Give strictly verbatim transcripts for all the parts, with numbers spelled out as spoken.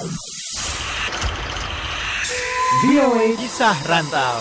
V O A Kisah Rantau.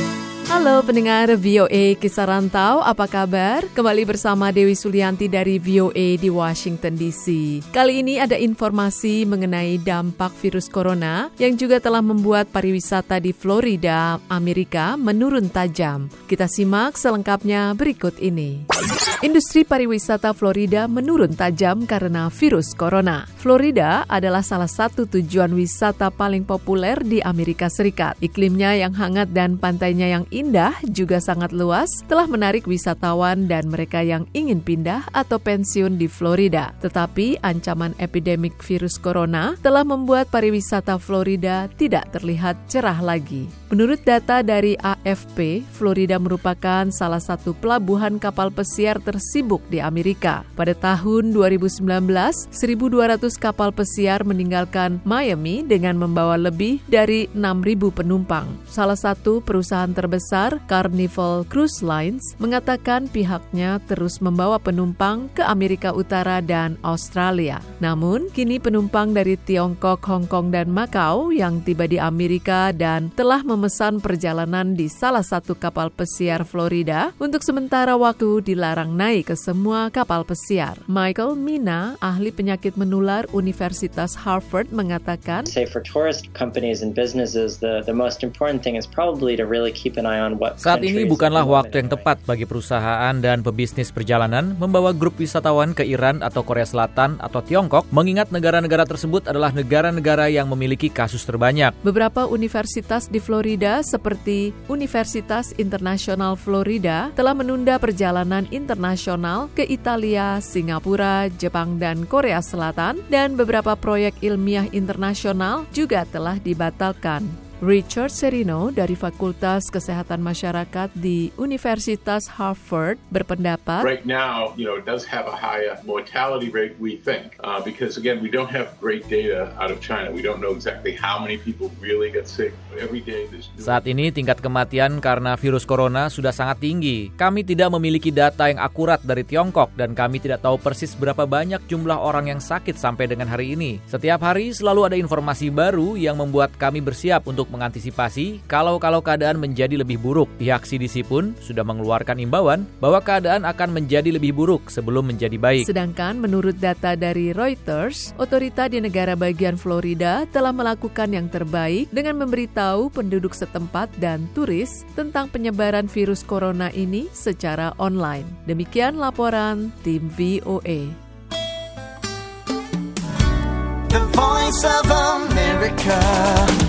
Halo pendengar V O A Kisah Rantau, apa kabar? Kembali bersama Dewi Sulianti dari V O A di Washington D C. Kali ini ada informasi mengenai dampak virus corona yang juga telah membuat pariwisata di Florida, Amerika menurun tajam. Kita simak selengkapnya berikut ini. Industri pariwisata Florida menurun tajam karena virus corona. Florida adalah salah satu tujuan wisata paling populer di Amerika Serikat. Iklimnya yang hangat dan pantainya yang indah juga sangat luas telah menarik wisatawan dan mereka yang ingin pindah atau pensiun di Florida. Tetapi ancaman epidemik virus corona telah membuat pariwisata Florida tidak terlihat cerah lagi. Menurut data dari A F P, Florida merupakan salah satu pelabuhan kapal pesiar tersibuk di Amerika. Pada tahun dua ribu sembilan belas, seribu dua ratus kapal pesiar meninggalkan Miami dengan membawa lebih dari enam ribu penumpang. Salah satu perusahaan terbesar, Carnival Cruise Lines, mengatakan pihaknya terus membawa penumpang ke Amerika Utara dan Australia. Namun, kini penumpang dari Tiongkok, Hong Kong, dan Macau yang tiba di Amerika dan telah memesan perjalanan di salah satu kapal pesiar Florida untuk sementara waktu dilarang naik ke semua kapal pesiar. Michael Mina, ahli penyakit menular Universitas Harvard, mengatakan, Say for tourist companies and businesses, the, the most important thing is probably to really keep an eye on what Saat ini bukanlah waktu yang tepat bagi perusahaan dan pebisnis perjalanan membawa grup wisatawan ke Iran atau Korea Selatan atau Tiongkok, mengingat negara-negara tersebut adalah negara-negara yang memiliki kasus terbanyak. Beberapa universitas di Florida seperti Universitas Internasional Florida telah menunda perjalanan internasional ke Italia, Singapura, Jepang, dan Korea Selatan, dan beberapa proyek ilmiah internasional juga telah dibatalkan. Richard Serino dari Fakultas Kesehatan Masyarakat di Universitas Harvard berpendapat, Right now, you know, it does have a higher mortality rate, we think, uh, because again, we don't have great data out of China. We don't know exactly how many people really get sick. Every day there's new... Saat ini tingkat kematian karena virus corona sudah sangat tinggi. Kami tidak memiliki data yang akurat dari Tiongkok dan kami tidak tahu persis berapa banyak jumlah orang yang sakit sampai dengan hari ini. Setiap hari selalu ada informasi baru yang membuat kami bersiap untuk mengantisipasi kalau-kalau keadaan menjadi lebih buruk. Pihak C D C pun sudah mengeluarkan imbauan bahwa keadaan akan menjadi lebih buruk sebelum menjadi baik. Sedangkan menurut data dari Reuters, otorita di negara bagian Florida telah melakukan yang terbaik dengan memberitahu penduduk setempat dan turis tentang penyebaran virus corona ini secara online. Demikian laporan tim V O A. The Voice of America.